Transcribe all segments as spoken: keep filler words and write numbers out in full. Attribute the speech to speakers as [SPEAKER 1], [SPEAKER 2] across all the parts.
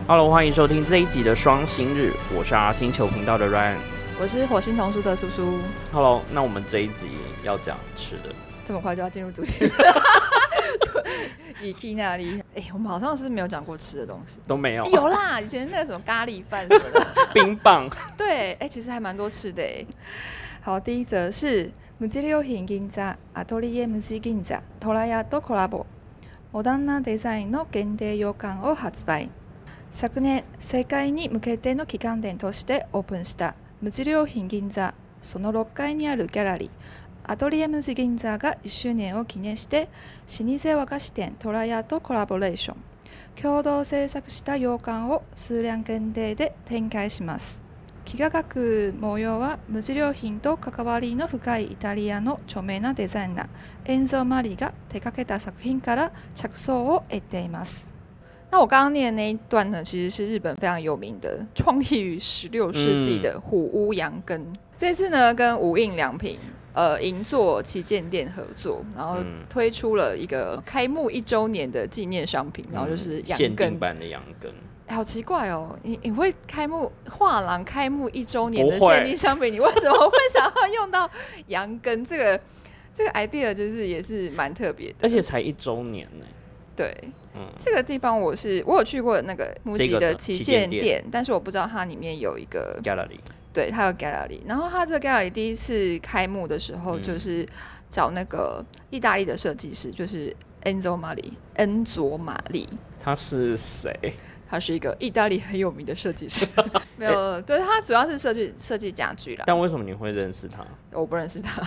[SPEAKER 1] Hello， 欢迎收听这一集的双星日，我是阿星球频道的 Ryan，
[SPEAKER 2] 我是火星童书的苏苏。
[SPEAKER 1] Hello， 那我们这一集要讲吃的，
[SPEAKER 2] 这么快就要进入主题？以 K 那里，哎，我们好像是没有讲过吃的东西，
[SPEAKER 1] 都没有、啊
[SPEAKER 2] 有啦，以前那个什么咖喱饭什么的，
[SPEAKER 1] 冰棒，
[SPEAKER 2] 对，哎，其实还蛮多吃的哎。好，第一则是無印良品銀座アトリエ無地銀座トラヤとコラボ、モダンなデザインの限定洋館を発売。昨年世界に向けての旗艦店としてオープンした無印良品銀座、そのろっかいにあるギャラリーアトリエ無地銀座がいっしゅうねんを記念して老舗和菓子店トラヤとコラボレーション、共同制作した洋館を数量限定で展開します。幾何学模様は無印良品と関わりの深いイタリアの著名なデザイナーエンゾ・マリが手掛けた作品から着想を得ています。那我刚刚念的那一段呢，其实是日本非常有名的，创立于十六世纪的虎屋洋羹。嗯、这次呢，跟无印良品呃银座旗舰店合作，然后推出了一个开幕一周年的纪念商品，然后就是洋羹、嗯、
[SPEAKER 1] 限定版的洋羹。
[SPEAKER 2] 欸、好奇怪哦，你你会开幕画廊开幕一周年的限定商品，你为什么会想要用到洋羹？这个这个 idea 就是也是蛮特别的，
[SPEAKER 1] 而且才一周年呢。
[SPEAKER 2] 对。嗯、这个地方我是我有去过那个木吉的旗舰店、这个，但是我不知道它里面有一个
[SPEAKER 1] gallery，
[SPEAKER 2] 对，它有 gallery。然后它这个 gallery 第一次开幕的时候，就是找那个意大利的设计师，就是 Enzo Mari 恩佐玛丽。
[SPEAKER 1] 他是谁？
[SPEAKER 2] 他是一个意大利很有名的设计师。没有，欸、对，他主要是设计设计家具啦。
[SPEAKER 1] 但为什么你会认识他？
[SPEAKER 2] 我不认识他。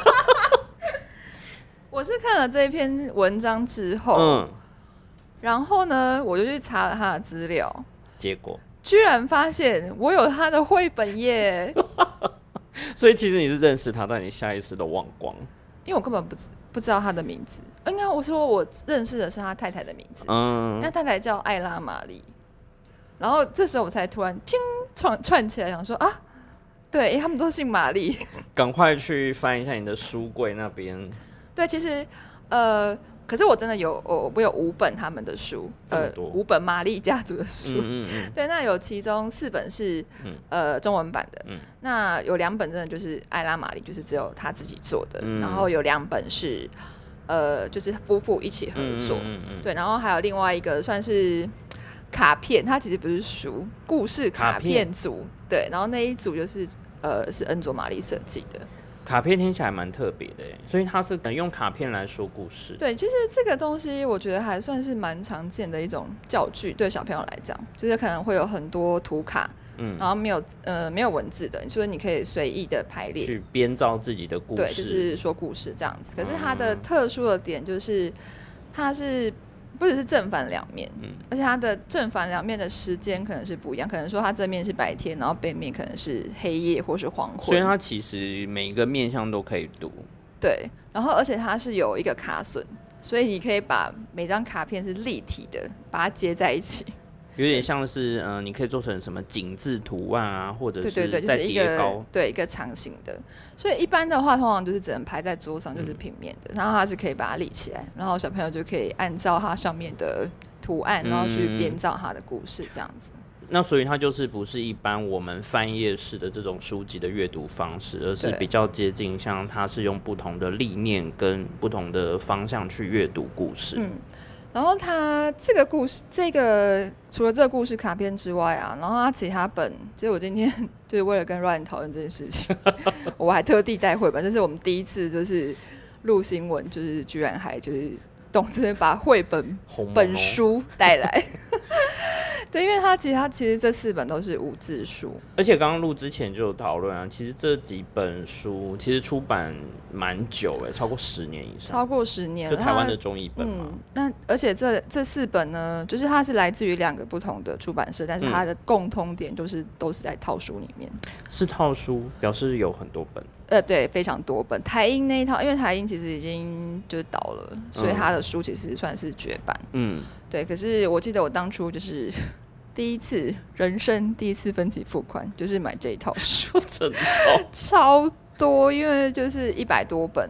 [SPEAKER 2] 我是看了这一篇文章之后。嗯，然后呢，我就去查了他的资料，
[SPEAKER 1] 结果
[SPEAKER 2] 居然发现我有他的绘本耶！
[SPEAKER 1] 所以其实你是认识他，但你下意识都忘光，
[SPEAKER 2] 因为我根本不知不知道他的名字。应该我说我认识的是他太太的名字，嗯，那太太叫艾拉玛丽。然后这时候我才突然砰串串起来，想说啊，对，他们都姓玛丽。
[SPEAKER 1] 赶快去翻一下你的书柜那边。
[SPEAKER 2] 对，其实呃。可是我真的有我我有五本他们的书，呃，五本玛丽家族的书，嗯嗯嗯对，那有其中四本是、嗯、呃中文版的，嗯、那有两本真的就是艾拉玛丽，就是只有他自己做的，嗯、然后有两本是呃就是夫妇一起合作，嗯嗯嗯对，然后还有另外一个算是卡片，它其实不是书，故事卡片组，对，然后那一组就是呃是恩佐玛丽设计的。
[SPEAKER 1] 卡片听起来蛮特别的耶，所以它是用卡片来说故事。
[SPEAKER 2] 对，其实这个东西我觉得还算是蛮常见的一种教具，对小朋友来讲，就是可能会有很多图卡，嗯，然后没有呃没有文字的，所以你可以随意的排列，
[SPEAKER 1] 去编造自己的故事，
[SPEAKER 2] 对，就是说故事这样子。可是它的特殊的点就是它是不只是正反两面，嗯，而且它的正反两面的时间可能是不一样，可能说它正面是白天，然后背面可能是黑夜或是黄昏，
[SPEAKER 1] 所以它其实每一个面向都可以读。
[SPEAKER 2] 对，然后而且它是有一个卡榫，所以你可以把每张卡片是立体的，把它接在一起。
[SPEAKER 1] 有点像是，呃，你可以做成什么井字图案啊，或者是再叠高，
[SPEAKER 2] 对，一个长形的。所以一般的话，通常就是只能排在桌上，就是平面的。嗯、然后它是可以把它立起来，然后小朋友就可以按照它上面的图案，然后去编造它的故事，这样子。
[SPEAKER 1] 嗯、那所以它就是不是一般我们翻页式的这种书籍的阅读方式，而是比较接近像它是用不同的立面跟不同的方向去阅读故事。嗯。
[SPEAKER 2] 然后他这个故事，这个除了这个故事卡片之外啊，然后他其他本，其实我今天就是为了跟 Ryan 讨论这件事情，我还特地带绘本，这是我们第一次就是录新闻，就是居然还就是懂得把绘本本书带来。对，因为他其实他其实这四本都是无字书，
[SPEAKER 1] 而且刚刚录之前就有讨论啊，其实这几本书其实出版蛮久哎，超过十年以上，
[SPEAKER 2] 超过十年，
[SPEAKER 1] 就台湾的中译本嘛。嗯、
[SPEAKER 2] 那而且这这四本呢，就是它是来自于两个不同的出版社，但是它的共通点就是都是在套书里面。
[SPEAKER 1] 是套书，表示有很多本。
[SPEAKER 2] 呃，对，非常多本。台英那一套，因为台英其实已经就是倒了，所以他的书其实算是绝版。嗯，对。可是我记得我当初就是第一次人生第一次分期付款，就是买这一套书，
[SPEAKER 1] 真的
[SPEAKER 2] 超多，因为就是一百多本。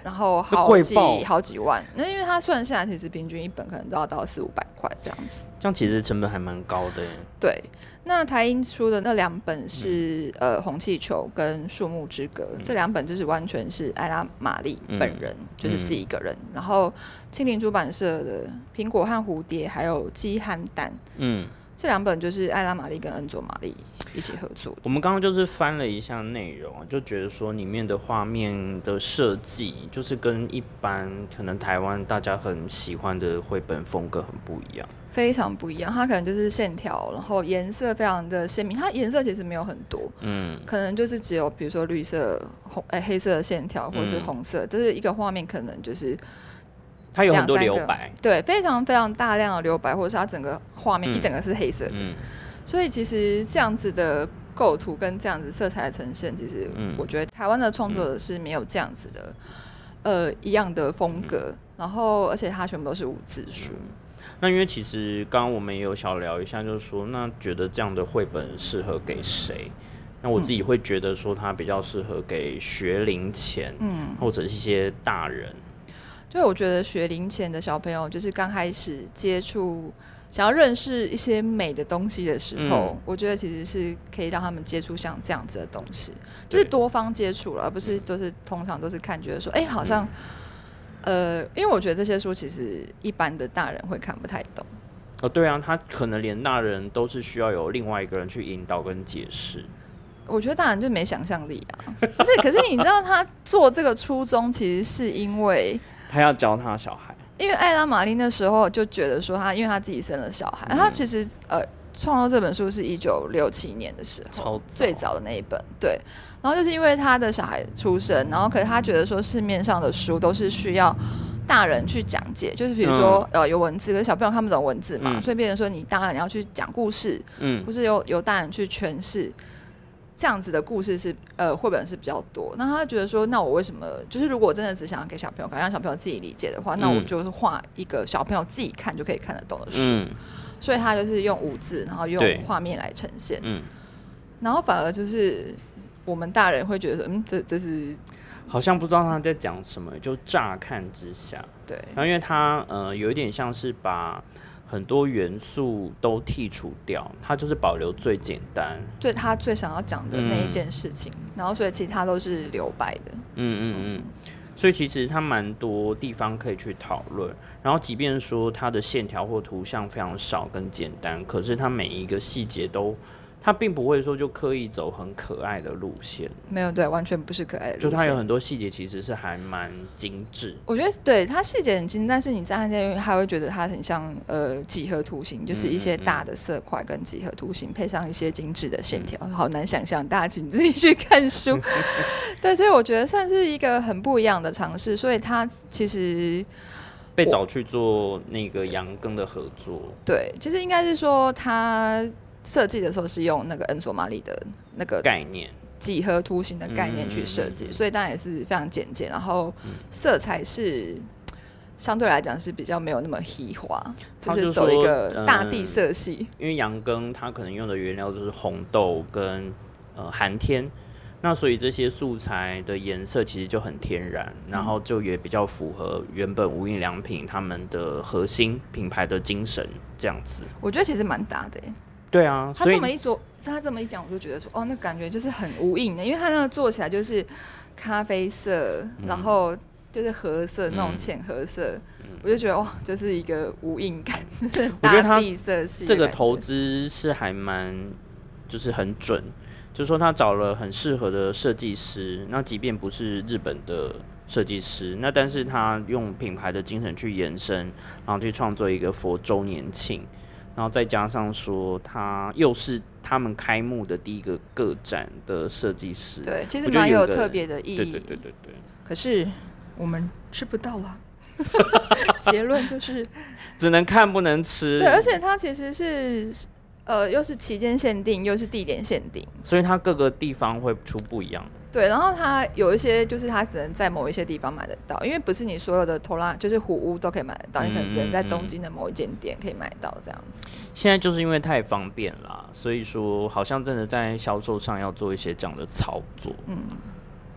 [SPEAKER 2] 然后好几好几万。那因为它算下来，其实平均一本可能都要到四五百块这样子。
[SPEAKER 1] 这样其实成本还蛮高的耶。
[SPEAKER 2] 对，那台英出的那两本是、嗯、呃《红气球》跟《树木之歌》嗯，这两本就是完全是艾拉玛丽本人、嗯，就是自己一个人。嗯、然后青林出版社的《苹果和蝴蝶》还有《鸡和蛋》，嗯，这两本就是艾拉玛丽跟恩佐玛丽一起合作的。
[SPEAKER 1] 我们刚刚就是翻了一下内容，就觉得说里面的画面的设计，就是跟一般可能台湾大家很喜欢的绘本风格很不一样，
[SPEAKER 2] 非常不一样。它可能就是线条，然后颜色非常的鲜明。它颜色其实没有很多，嗯，可能就是只有比如说绿色、红、欸、黑色的线条，或者是红色，嗯、就是一个画面可能就是
[SPEAKER 1] 它有很多留白，
[SPEAKER 2] 对，非常非常大量的留白，或者是它整个画面、嗯、一整个是黑色的。嗯，所以其实这样子的构图跟这样子色彩的呈现，其实我觉得台湾的创作者是没有这样子的，呃，一样的风格。嗯、然后，而且它全部都是无字书。嗯、
[SPEAKER 1] 那因为其实刚刚我们也有小聊一下，就是说，那觉得这样的绘本适合给谁？那我自己会觉得说，它比较适合给学龄前，嗯，或者是一些大人。
[SPEAKER 2] 对，我觉得学龄前的小朋友，就是刚开始接触。想要认识一些美的东西的时候、嗯，我觉得其实是可以让他们接触像这样子的东西，就是多方接触了，而不是都是通常都是看觉得说，哎、欸，好像、嗯，呃，因为我觉得这些书其实一般的大人会看不太懂。
[SPEAKER 1] 哦，对啊，他可能连大人都是需要有另外一个人去引导跟解释。
[SPEAKER 2] 我觉得大人就没想象力啊，可是可是你知道他做这个初衷其实是因为
[SPEAKER 1] 他要教他小孩。
[SPEAKER 2] 因为艾拉玛丽那时候就觉得说他，因为他自己生了小孩，嗯、他其实呃创作这本书是一九六七年的时候，最早的那一本，对。然后就是因为他的小孩出生，然后可是他觉得说市面上的书都是需要大人去讲解，就是比如说、嗯、呃有文字，可是小朋友看不懂文字嘛，嗯、所以变成说你当然要去讲故事，嗯，或是由由大人去诠释。这样子的故事是呃绘本是比较多，那他觉得说，那我为什么就是如果我真的只想要给小朋友看，让小朋友自己理解的话，那我就是画一个小朋友自己看就可以看得懂的书，嗯、所以他就是用无字，然后用画面来呈现，嗯，然后反而就是我们大人会觉得，嗯，这这是
[SPEAKER 1] 好像不知道他在讲什么，就乍看之下，
[SPEAKER 2] 对，
[SPEAKER 1] 然后因为他呃有一点像是把。很多元素都剔除掉，它就是保留最简单，
[SPEAKER 2] 对他最想要讲的那一件事情，嗯、然后所以其他都是留白的。
[SPEAKER 1] 嗯嗯嗯，所以其实它蛮多地方可以去讨论。然后即便说它的线条或图像非常少跟简单，可是它每一个细节都。他并不会说就刻意走很可爱的路线，
[SPEAKER 2] 没有，对，完全不是可爱的路线。
[SPEAKER 1] 就他有很多细节其实是还蛮精致。
[SPEAKER 2] 我觉得对他细节很精致，但是你乍看下去还会觉得它很像呃几何图形，就是一些大的色块跟几何图形、嗯、配上一些精致的线条、嗯，好难想象，大家请自己去看书。对，所以我觉得算是一个很不一样的尝试，所以他其实。
[SPEAKER 1] 被找去做那个羊羹的合作。
[SPEAKER 2] 对，其实应该是说他。设计的时候是用那个恩索玛丽的那个
[SPEAKER 1] 概念
[SPEAKER 2] 几何图形的概念去设计、嗯，所以当然也是非常简洁，然后色彩是相对来讲是比较没有那么稀华，就是走一个大地色系。
[SPEAKER 1] 嗯、因为羊羹它可能用的原料就是红豆跟呃寒天，那所以这些素材的颜色其实就很天然，然后就也比较符合原本无印良品他们的核心品牌的精神这样子。
[SPEAKER 2] 我觉得其实蛮搭的耶。
[SPEAKER 1] 对啊，
[SPEAKER 2] 他这么一做，他这么一讲，我就觉得说，哦，那感觉就是很无印的，因为他那个做起来就是咖啡色，嗯、然后就是褐色、嗯、那种浅褐色、嗯，我就觉得哇，就是一个无印感，就是大地色系。
[SPEAKER 1] 这个投资是还蛮，就是很准，就是说他找了很适合的设计师，那即便不是日本的设计师，那但是他用品牌的精神去延伸，然后去创作一个佛周年庆。然后再加上说，他又是他们开幕的第一个个展的设计师，
[SPEAKER 2] 对，其实蛮有特别的意义。
[SPEAKER 1] 对对对对对。
[SPEAKER 2] 可是我们吃不到了，结论就是
[SPEAKER 1] 只能看不能吃。
[SPEAKER 2] 对，而且它其实是呃，又是期间限定，又是地点限定，
[SPEAKER 1] 所以它各个地方会出不一样的。
[SPEAKER 2] 对，然后它有一些就是它只能在某一些地方买得到，因为不是你所有的拖拉就是虎屋都可以买得到，嗯、你可能只能在东京的某一间店可以买到这样子。
[SPEAKER 1] 现在就是因为太方便啦，所以说好像真的在销售上要做一些这样的操作。嗯，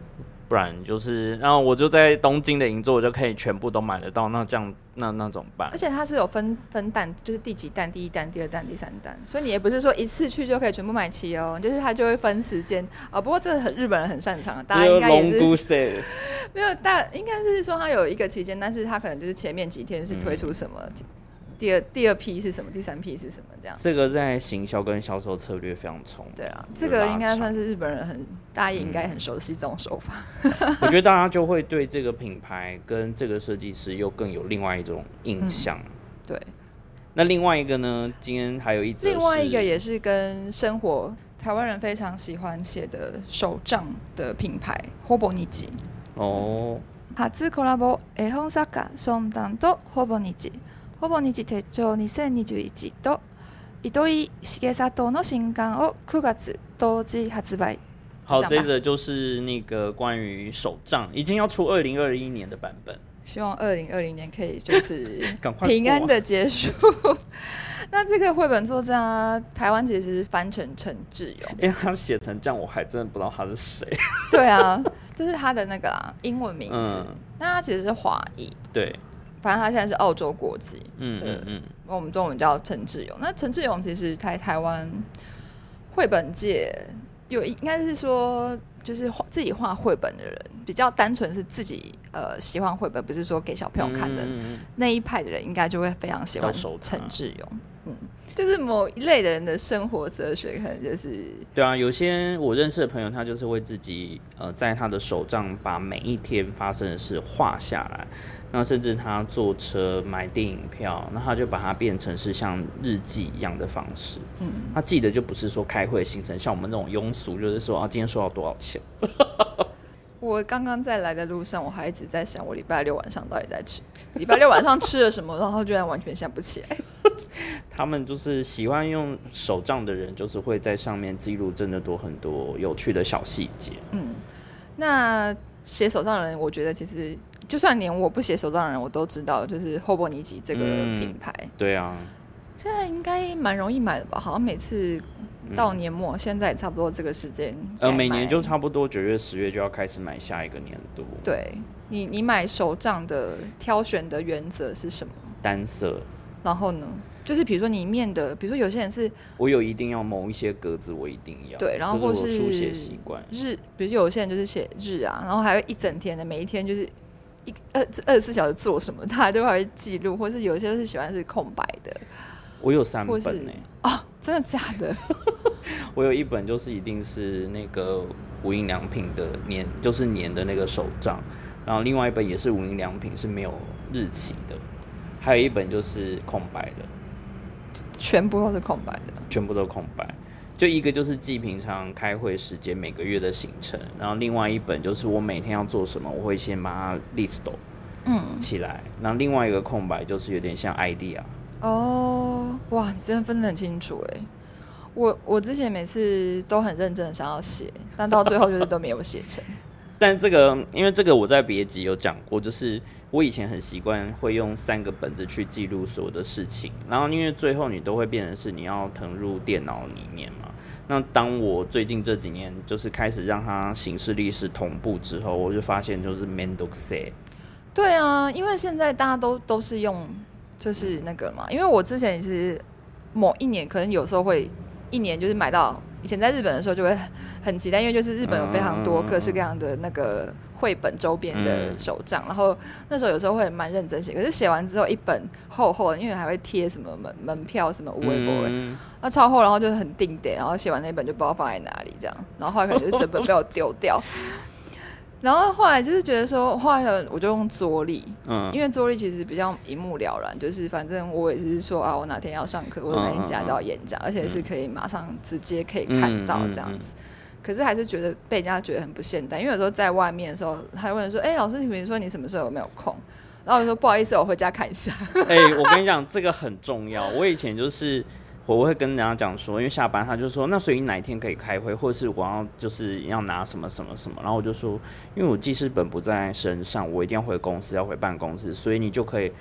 [SPEAKER 1] 不然就是，然后我就在东京的银座，我就可以全部都买得到。那这样，那那怎么办？
[SPEAKER 2] 而且它是有分分弹，就是第几弹、第一弹、第二弹、第三弹，所以你也不是说一次去就可以全部买齐哦，就是它就会分时间啊、哦。不过这很日本人很擅长，大家应该也是没有大，应该是说它有一个期间，但是它可能就是前面几天是推出什么。嗯第二第二批是什么？第三批是什么？这样子，
[SPEAKER 1] 这个在行销跟销售策略非常聪明。
[SPEAKER 2] 对啊，这个应该算是日本人很，大家也应该很熟悉这种手法。
[SPEAKER 1] 嗯、我觉得大家就会对这个品牌跟这个设计师又更有另外一种印象。嗯、
[SPEAKER 2] 对。
[SPEAKER 1] 那另外一个呢？今天还有一则，
[SPEAKER 2] 另外一个也是跟生活，台湾人非常喜欢写的手账的品牌 Hobonichi。哦。初コラボ絵本作家松丹と Hobonichi。ほぼ日手帳にせんにじゅういちと糸井重里の新刊をくがつ同時発売。
[SPEAKER 1] 好，这则就是那个关于手账，已经要出二零二一年的版本。
[SPEAKER 2] 希望二零二零年可以就是平安的结束。那这个绘本作家，台湾其实翻成陈志勇，
[SPEAKER 1] 因为他写成这样，我还真的不知道他是谁。
[SPEAKER 2] 对啊，这是他的那个啦，英文名字。嗯、那他其实是华裔。
[SPEAKER 1] 对。
[SPEAKER 2] 反正他现在是澳洲国籍，
[SPEAKER 1] 嗯嗯嗯，
[SPEAKER 2] 我们中文叫陈志勇。那陈志勇其实在台湾绘本界有应该是说，就是自己画绘本的人比较单纯，是自己呃喜欢绘本，不是说给小朋友看的、嗯嗯、那一派的人，应该就会非常喜欢陈志勇。嗯，就是某一类的人的生活哲学，可能就是
[SPEAKER 1] 对啊，有些我认识的朋友，他就是会自己呃在他的手账把每一天发生的事画下来。那甚至他坐车买电影票，那他就把它变成是像日记一样的方式。嗯，他记得就不是说开会行程，像我们这种庸俗，就是说啊，今天收到多少钱。
[SPEAKER 2] 我刚刚在来的路上，我还一直在想，我礼拜六晚上到底在吃，礼拜六晚上吃了什么，然后居然完全想不起来。
[SPEAKER 1] 他们就是喜欢用手账的人，就是会在上面记录真的多很多有趣的小细节。
[SPEAKER 2] 嗯，那写手账的人，我觉得其实。就算连我不写手账的人，我都知道，就是 Hobonichi 这个品牌、嗯。
[SPEAKER 1] 对啊，
[SPEAKER 2] 现在应该蛮容易买的吧？好像每次到年末，嗯、现在也差不多这个时间。
[SPEAKER 1] 呃，每年就差不多九月、十月就要开始买下一个年度。
[SPEAKER 2] 对你，你买手账的挑选的原则是什么？
[SPEAKER 1] 单色。
[SPEAKER 2] 然后呢？就是比如说里面的，比如说有些人是，
[SPEAKER 1] 我有一定要某一些格子，我一定要
[SPEAKER 2] 对，然后或是
[SPEAKER 1] 书写习惯
[SPEAKER 2] 日，比如有些人就是写日啊，然后还有一整天的，每一天就是。二二十四小时做什么，他都会记录，或是有些是喜欢是空白的。
[SPEAKER 1] 我有三本呢、
[SPEAKER 2] 欸，哦，真的假的？
[SPEAKER 1] 我有一本就是一定是那个无印良品的年，就是年的那个手账，然后另外一本也是无印良品，是没有日期的，还有一本就是空白的，
[SPEAKER 2] 全部都是空白的，
[SPEAKER 1] 全部都空白。就一个就是记平常开会时间每个月的行程，然后另外一本就是我每天要做什么，我会先把它 list 嗯起来，然后另外一个空白就是有点像 idea。
[SPEAKER 2] 哦，哇，你真的分得很清楚哎！我我之前每次都很认真的想要写，但到最后就是都没有写成。
[SPEAKER 1] 但这个，因为这个我在别集有讲过，就是我以前很习惯会用三个本子去记录所有的事情，然后因为最后你都会变成是你要誊入电脑里面嘛。那当我最近这几年就是开始让它形式历史同步之后，我就发现就是面倒くさい。
[SPEAKER 2] 对啊，因为现在大家都都是用就是那个嘛，因为我之前也是某一年可能有时候会一年就是买到。以前在日本的时候就会很期待，因为就是日本有非常多各式各样的那个绘本周边的手账、嗯，然后那时候有时候会蛮认真写，可是写完之后一本厚厚的，因为还会贴什么门门票什么微博，那超厚，然后就很定点，然后写完那本就不知道放在哪里这样，然后后来可能就是整本被我丢掉。然后后来就是觉得说，后来我就用桌历，嗯，因为桌历其实比较一目了然，就是反正我也是说啊，我哪天要上课，我哪天家就要演讲、嗯，而且是可以马上直接可以看到这样子。嗯嗯嗯、可是还是觉得被人家觉得很不现代，因为有时候在外面的时候，他问说，哎、欸，老师，比如说你什么时候有没有空？然后我就说不好意思，我回家看一下。
[SPEAKER 1] 哎、欸，我跟你讲，这个很重要。我以前就是。我会跟人家讲说，因为下班他就说，那所以你哪一天可以开会，或者是我要就是要拿什么什么什么，然后我就说，因为我记事本不在身上，我一定要回公司，要回办公室，所以你就可以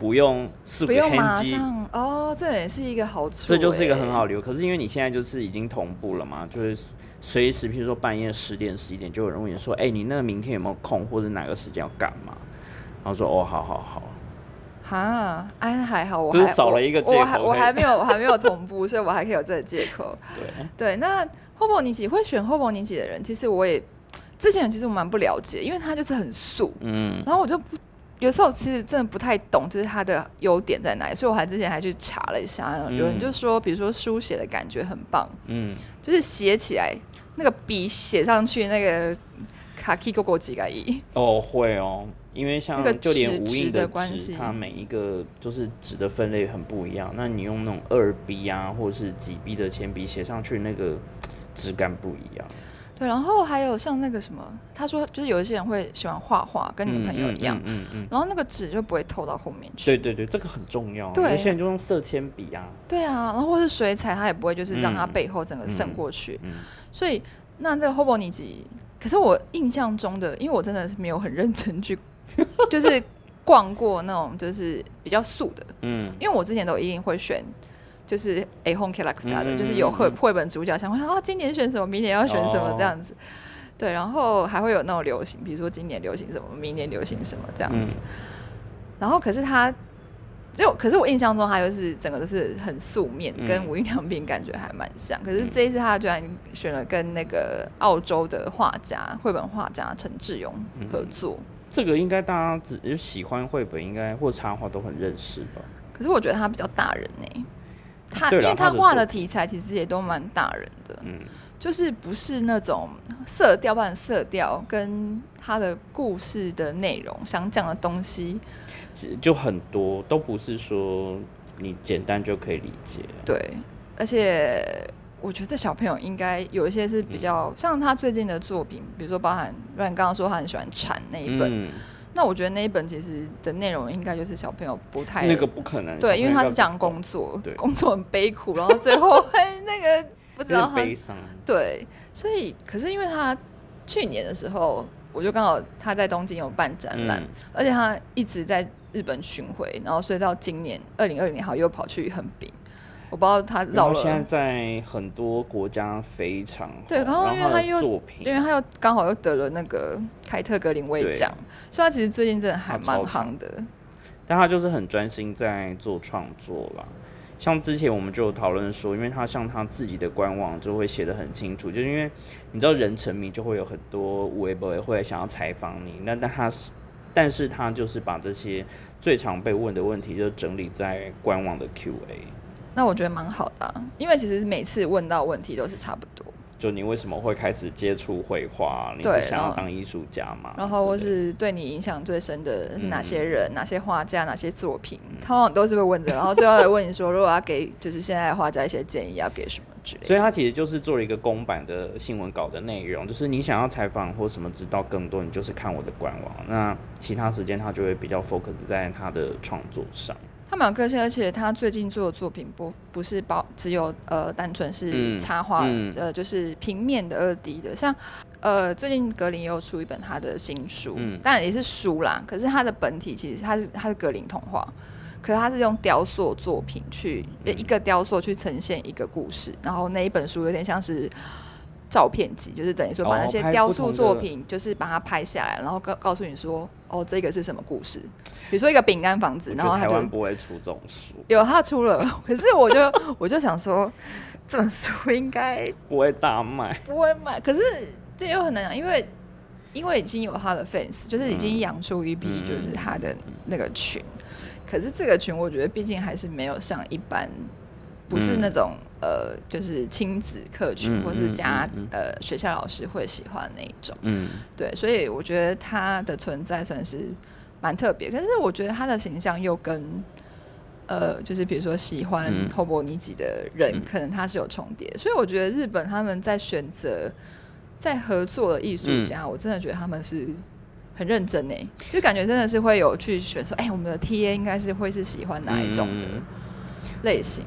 [SPEAKER 1] 不用四个
[SPEAKER 2] 不用马
[SPEAKER 1] hand 机
[SPEAKER 2] 上哦，这也是一个好处，
[SPEAKER 1] 这就是一个很好的理由。可是因为你现在就是已经同步了嘛，就是随时，譬如说半夜十点、十一点，就有人问你说：“哎、欸，你那个明天有没有空，或者哪个时间要干嘛？”然后说：“哦，好好好。”
[SPEAKER 2] 哈，哎，还好，我还
[SPEAKER 1] 就是少了一个借口，
[SPEAKER 2] 我还我还没有我还没有同步，所以我还可以有这个借口。
[SPEAKER 1] 对
[SPEAKER 2] 对，那 Hobonichi 会选 Hobonichi 的人，其实我也之前其实我蛮不了解，因为他就是很素，嗯，然后我就不。有时候其实真的不太懂，就是它的优点在哪里，所以我还之前还去查了一下，嗯、有人就说，比如说书写的感觉很棒，嗯，就是写起来那个笔写上去那个卡基勾勾几个亿
[SPEAKER 1] 哦，会哦，因为像就连无印的
[SPEAKER 2] 纸，
[SPEAKER 1] 它每一个就是纸的分类很不一样，那你用那种二 B 啊或者是几 B 的铅笔写上去，那个质感不一样。
[SPEAKER 2] 对，然后还有像那个什么，他说就是有一些人会喜欢画画，跟你的朋友一样，嗯嗯嗯嗯、然后那个纸就不会透到后面去。
[SPEAKER 1] 对对对，这个很重要。
[SPEAKER 2] 对，
[SPEAKER 1] 有些人就用色铅笔啊。
[SPEAKER 2] 对啊，然后或是水彩，它也不会就是让它背后整个渗过去。嗯嗯嗯、所以那这个 Hobonichi， 可是我印象中的，因为我真的是没有很认真去，就是逛过那种就是比较素的，嗯，因为我之前都一定会选。就是A Home Character 的，就是有绘绘本主角相关啊，今年选什么，明年要选什么这样子。Oh. 对，然后还会有那种流行，比如说今年流行什么，明年流行什么这样子。嗯、然后可是他，就可是我印象中他就是整个都是很素面，嗯、跟无印良品感觉还蛮像。可是这一次他居然选了跟那个澳洲的画家、绘本画家陈志勇合作。嗯、
[SPEAKER 1] 这个应该大家只喜欢绘本，应该或插画都很认识吧？
[SPEAKER 2] 可是我觉得他比较大人呢、欸。他因为他画的题材其实也都蛮大人的，嗯，就是不是那种色调版色调跟他的故事的内容想讲的东西，
[SPEAKER 1] 就很多都不是说你简单就可以理解。
[SPEAKER 2] 对，而且我觉得小朋友应该有一些是比较、嗯、像他最近的作品，比如说包含不然刚刚说他很喜欢蝉那一本。嗯，那我觉得那一本其实的内容应该就是小朋友不太
[SPEAKER 1] 那个不可能，
[SPEAKER 2] 对，因为他是讲工作，工作很悲苦，然后最后还那个不知道他
[SPEAKER 1] 悲伤，
[SPEAKER 2] 对，所以可是因为他去年的时候，我就刚好他在东京有办展览，嗯、而且他一直在日本巡回，然后所以到今年二零二零年好又跑去横滨。我不知道他绕了，
[SPEAKER 1] 现在在很多国家非常好，
[SPEAKER 2] 对，然后因为他又
[SPEAKER 1] 作品，
[SPEAKER 2] 因为他又刚好又得了那个凯特格林威奖，所以他其实最近真的还蛮夯的。
[SPEAKER 1] 但他就是很专心在做创作啦。像之前我们就有讨论说，因为他像他自己的官网就会写得很清楚，就是因为你知道人成名就会有很多微博会想要采访你，那但他但是他就是把这些最常被问的问题就整理在官网的 Q A。
[SPEAKER 2] 那我觉得蛮好的、啊，因为其实每次问到问题都是差不多。
[SPEAKER 1] 就你为什么会开始接触绘画？你是想要当艺术家吗？
[SPEAKER 2] 然后或是对你影响最深的是哪些人、嗯、哪些画家、哪些作品？他往往都是会问着，然后最后来问你说，如果要给就是现在的画家一些建议，要给什么之类的。
[SPEAKER 1] 所以他其实就是做了一个公版的新闻稿的内容，就是你想要采访或什么知道更多，你就是看我的官网。那其他时间他就会比较 focus 在他的创作上。
[SPEAKER 2] 他蛮有个性，而且他最近做的作品不不是包只有呃单纯是插画、嗯嗯、呃就是平面的二 D 的，像呃最近格林也有出一本他的新书，嗯、当然也是书啦，可是他的本体其实他是他是格林童话，可是他是用雕塑作品去、嗯、一个雕塑去呈现一个故事，然后那一本书有点像是照片集，就是等于说把那些雕塑作品就是把它拍下来，然后告告诉你说哦这个是什么故事，比如说一个饼干房子，然后他就
[SPEAKER 1] 台湾不会出这种书，
[SPEAKER 2] 有他出了，可是我就我就想说这本书应该
[SPEAKER 1] 不会大卖，
[SPEAKER 2] 不会卖，可是这又很难讲，因为因为已经有他的 fans， 就是已经养出一批就是他的那个群，嗯、可是这个群我觉得毕竟还是没有像一般。不是那种、嗯、呃，就是亲子客群、嗯、或是家、嗯嗯、呃学校老师会喜欢那一种，嗯，对，所以我觉得他的存在算是蛮特别，可是我觉得他的形象又跟呃，就是比如说喜欢Hobonichi的人、嗯，可能他是有重叠，所以我觉得日本他们在选择在合作的艺术家、嗯，我真的觉得他们是很认真诶，就感觉真的是会有去选说，哎、欸，我们的 T A 应该是会是喜欢哪一种的类型。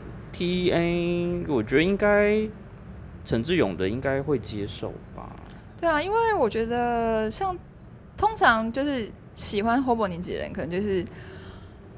[SPEAKER 1] T A 我觉得应该陈志勇的应该会接受吧。
[SPEAKER 2] 对啊，因为我觉得像通常就是喜欢 Hobonichi 的人，可能就是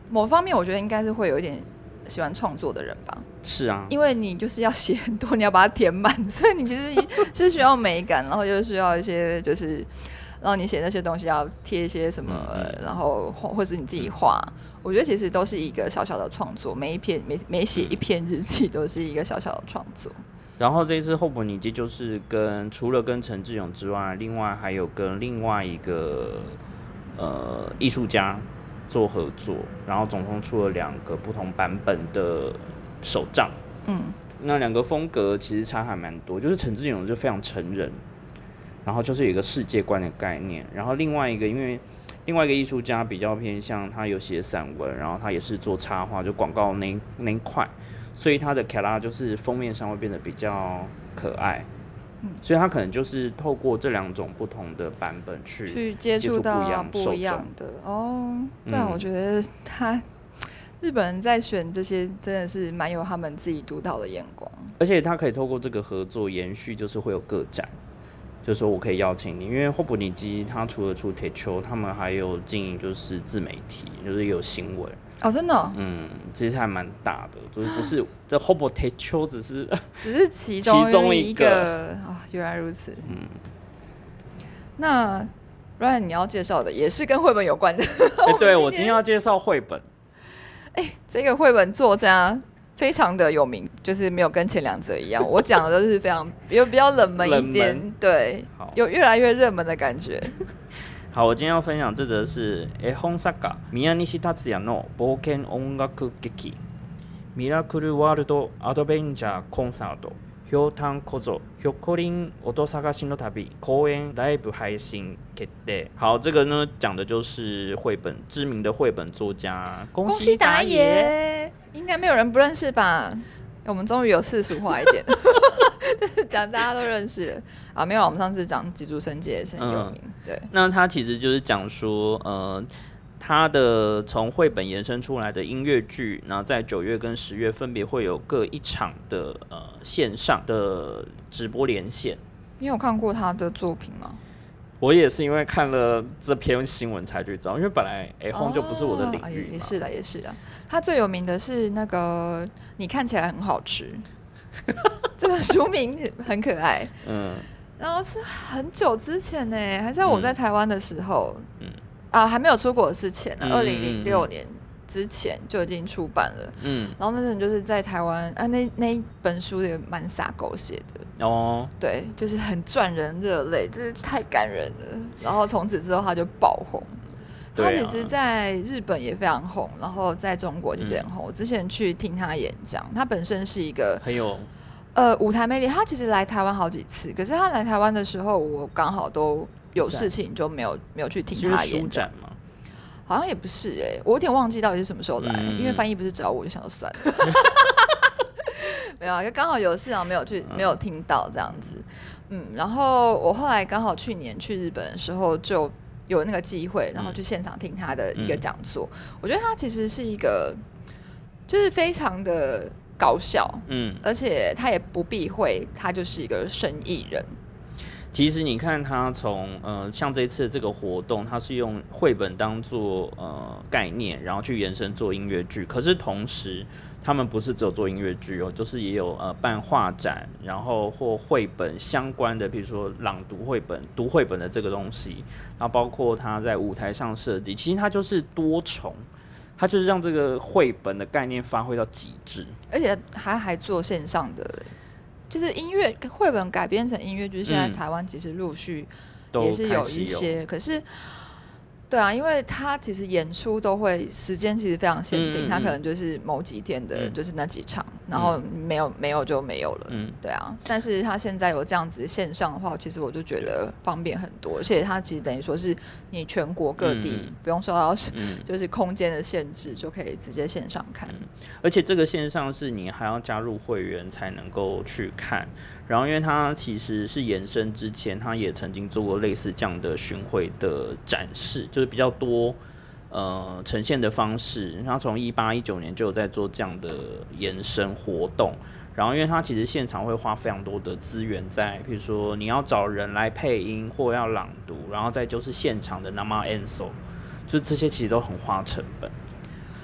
[SPEAKER 2] 某方面我觉得应该是会有一点喜欢创作的人吧。
[SPEAKER 1] 是啊，
[SPEAKER 2] 因为你就是要写很多，你要把它填满，所以你其实是需要美感，然后又需要一些就是，然后你写那些东西要贴一些什么，嗯嗯然后或是你自己画，我觉得其实都是一个小小的创作，每一篇每每写一篇日记都是一个小小的创作。
[SPEAKER 1] 然后这一次厚本尼基就是跟除了跟陈志勇之外，另外还有跟另外一个呃艺术家做合作，然后总共出了两个不同版本的手账。嗯，那两个风格其实差还蛮多，就是陈志勇就非常成人，然后就是有一个世界观的概念，然后另外一个因为另外一个艺术家比较偏向他有写散文，然后他也是做插画，就广告那那一块。所以它的卡拉就是封面上会变得比较可爱，嗯、所以它可能就是透过这两种不同的版本去
[SPEAKER 2] 去接触到不一样的哦。对啊、嗯，我觉得他日本人在选这些真的是蛮有他们自己独到的眼光，
[SPEAKER 1] 而且他可以透过这个合作延续，就是会有个展。就是说我可以邀请你，因为厚本尼基他除了出铁球，他们还有经营就是自媒体，就是有新闻。
[SPEAKER 2] 哦，真的、哦？
[SPEAKER 1] 嗯，其实还蛮大的，就是不是这厚本铁球只是
[SPEAKER 2] 只是其中
[SPEAKER 1] 其中
[SPEAKER 2] 一个啊、哦，原来如此。嗯，那 Ryan 你要介绍的也是跟绘本有关的。
[SPEAKER 1] 欸、对我今天要介绍绘本。
[SPEAKER 2] 哎、欸，这个绘本作家非常的有名，就是没有跟前两者一样，我讲的都是非常有比较冷门一点，对，有越来越热门的感觉。
[SPEAKER 1] 好，我今天要分享这则是絵本作家宮西達也の冒険音楽劇ミラクルワールドアドベンチャーコンサートひょうたんこぞひょっこりん音探しの旅公演ライブ配信決定。好，这个呢讲的就是绘本知名的绘本作家宫西达也，
[SPEAKER 2] 应该没有人不认识吧？我们终于有世俗化一点，就是讲大家都认识了啊。没有，我们上次讲吉竹伸介也是很有名、嗯。对，
[SPEAKER 1] 那他其实就是讲说，呃，他的从绘本延伸出来的音乐剧，然后在九月跟十月分别会有各一场的呃线上的直播连线。
[SPEAKER 2] 你有看过他的作品吗？
[SPEAKER 1] 我也是因为看了这篇新闻才去找，因为本来絵本就不是我的领域嘛、哦
[SPEAKER 2] 也。也是的，也是的。他最有名的是那个《你看起来很好吃》，这本书名很可爱。嗯，然后是很久之前呢，还在我在台湾的时候，嗯啊，还没有出国之前呢，二零零六年之前就已经出版了。嗯，然后那阵就是在台湾啊，那那一本书也蛮洒狗血的。哦，对，就是很赚人热泪，就是太感人了。然后从此之后他就爆红，他其实在日本也非常红，然后在中国其实很红。嗯、我之前去听他演讲，他本身是一个
[SPEAKER 1] 很有
[SPEAKER 2] 呃舞台魅力。他其实来台湾好几次，可是他来台湾的时候，我刚好都有事情，就没有没有去听他演讲吗？好像也不是哎、欸，我有点忘记到底是什么时候来，嗯、因为翻译不是找我，就想说算了。没有啊，就刚好有事啊，没有去，没有听到这样子。嗯，然后我后来刚好去年去日本的时候，就有那个机会，然后去现场听他的一个讲座。嗯、我觉得他其实是一个，就是非常的搞笑，嗯，而且他也不避讳，他就是一个生意人。
[SPEAKER 1] 其实你看他从呃像这次的这个活动，他是用绘本当做呃概念，然后去延伸做音乐剧。可是同时，他们不是只有做音乐剧哦，就是也有呃办画展，然后或绘本相关的，比如说朗读绘本、读绘本的这个东西，然后包括他在舞台上设计，其实他就是多重，他就是让这个绘本的概念发挥到极致，
[SPEAKER 2] 而且他还做线上的。就是音乐绘本改编成音乐剧，现在台湾其实陆续也是有一些，可是，对啊，因为他其实演出都会时间其实非常限定，他、嗯、可能就是某几天的，就是那几场，嗯、然后没有没有就没有了，嗯，对啊。但是他现在有这样子线上的话，其实我就觉得方便很多，而且他其实等于说是你全国各地、嗯、不用受到就是空间的限制，就可以直接线上看。嗯、
[SPEAKER 1] 而且这个线上是你还要加入会员才能够去看，然后因为他其实是延伸之前，他也曾经做过类似这样的巡回的展示。就是比较多呃呈现的方式，他从一八一九年就有在做这样的延伸活动，然后因为他其实现场会花非常多的资源在，比如说你要找人来配音或要朗读，然后再就是现场的 nama enso， 就这些其实都很花成本。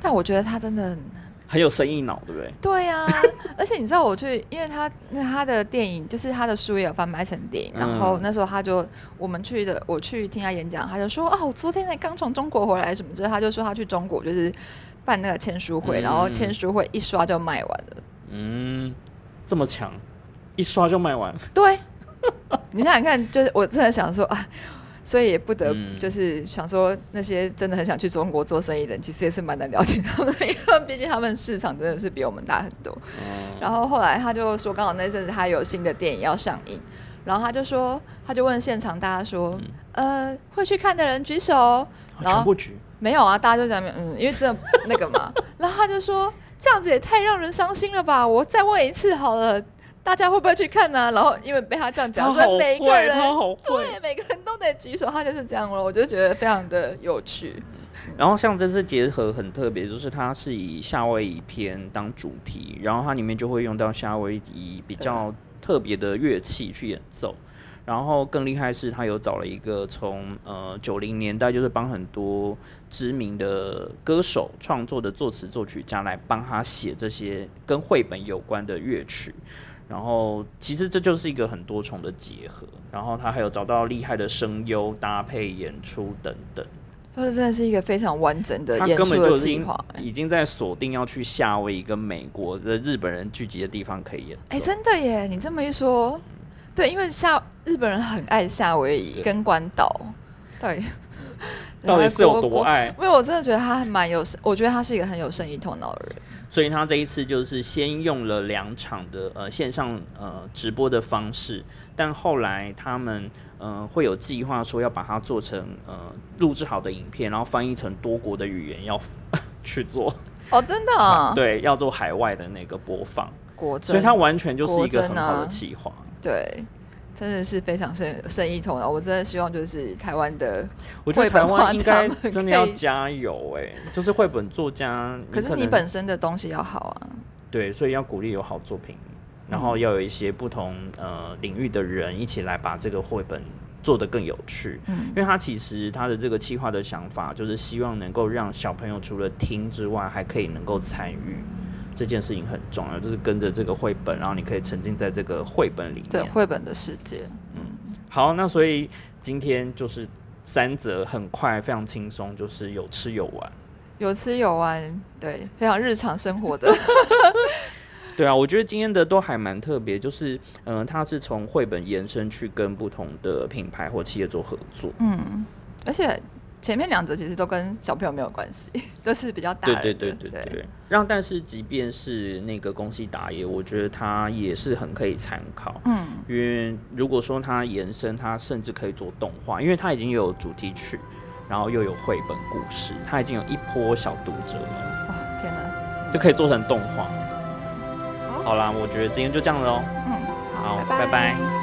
[SPEAKER 2] 但我觉得他真的很
[SPEAKER 1] 很有生意脑，对不对？
[SPEAKER 2] 对啊，而且你知道我去，因为他那他的电影就是他的书也有翻拍成电影，
[SPEAKER 1] 嗯
[SPEAKER 2] 然后那时候他就我们去的，我去听他演讲，他就说啊，我昨天才刚从中国回来什么之类，他就说他去中国就是办那个签书会，
[SPEAKER 1] 嗯
[SPEAKER 2] 然后签书会一刷就卖完了。
[SPEAKER 1] 嗯，这么强，一刷就卖完。
[SPEAKER 2] 对，你想想看，就是我真的想说啊。所以也不得
[SPEAKER 1] 嗯
[SPEAKER 2] 就是想说那些真的很想去中国做生意的人，其实也是蛮难了解他们的，因为毕竟他们市场真的是比我们大很多。
[SPEAKER 1] 嗯、
[SPEAKER 2] 然后后来他就说，刚好那阵子他有新的电影要上映，然后他就说，他就问现场大家说，嗯、呃，会去看的人举手，然后
[SPEAKER 1] 全部举，
[SPEAKER 2] 没有啊，大家就在那边嗯，因为真的那个嘛，然后他就说，这样子也太让人伤心了吧，我再问一次好了。大家会不会去看呢、啊？然后因为被他这样讲，所以每个人对每个人都得举手，他就是这样了。我就觉得非常的有趣。
[SPEAKER 1] 然后像这次结合很特别，就是它是以夏威夷片当主题，然后它里面就会用到夏威夷比较特别的乐器去演奏。然后更厉害是，他有找了一个从呃九零年代，就是帮很多知名的歌手创作的作词作曲家来帮他写这些跟绘本有关的乐曲。然后其实这就是一个很多重的结合，然后他还有找到厉害的声优搭配演出等等，
[SPEAKER 2] 就是真的是一个非常完整的演出的计划，
[SPEAKER 1] 已经在锁定要去夏威夷跟美国的日本人聚集的地方可以演奏。
[SPEAKER 2] 哎，真的耶！你这么一说，嗯、对，因为夏日本人很爱夏威夷跟关岛，对。
[SPEAKER 1] 到底是有多爱？
[SPEAKER 2] 因为我真的觉得他蛮有，我觉得他是一个很有生意头脑的人。
[SPEAKER 1] 所以他这一次就是先用了两场的呃线上呃直播的方式，但后来他们呃会有计划说要把它做成呃录制好的影片，然后翻译成多国的语言要去做。
[SPEAKER 2] 哦，真的、啊？
[SPEAKER 1] 对，要做海外的那个播放。
[SPEAKER 2] 国珍，
[SPEAKER 1] 所以它完全就是一个很好的企划、啊。
[SPEAKER 2] 对。真的是非常生生意头脑，我真的希望就是台湾的
[SPEAKER 1] 绘本画家，我觉得台湾应该真的要加油哎、欸，就是绘本作家。
[SPEAKER 2] 可是你本身的东西要好啊。
[SPEAKER 1] 对，所以要鼓励有好作品，然后要有一些不同呃领域的人一起来把这个绘本做得更有趣。嗯，因为他其实他的这个企划的想法就是希望能够让小朋友除了听之外，还可以能够参与。这件事情很重要，就是跟着这个绘本，然后你可以沉浸在这个绘本里面，
[SPEAKER 2] 对绘本的世界。
[SPEAKER 1] 嗯，好，那所以今天就是三则很快、非常轻松，就是有吃有玩，
[SPEAKER 2] 有吃有玩，对，非常日常生活的。
[SPEAKER 1] 对啊，我觉得今天的都还蛮特别，就是嗯、呃，它是从绘本延伸去跟不同的品牌或企业做合作，
[SPEAKER 2] 嗯，而且。前面两则其实都跟小朋友没有关系，都是比较大人的。
[SPEAKER 1] 对对对对 对, 对。让但是即便是那个宫西达也，我觉得它也是很可以参考。嗯，因为如果说它延伸，它甚至可以做动画，因为它已经有主题曲，然后又有绘本故事，它已经有一波小读者了。
[SPEAKER 2] 哇，天哪！
[SPEAKER 1] 就可以做成动画。好, 好啦，我觉得今天就这样了哦。
[SPEAKER 2] 嗯，
[SPEAKER 1] 好，
[SPEAKER 2] 拜拜。
[SPEAKER 1] 拜拜。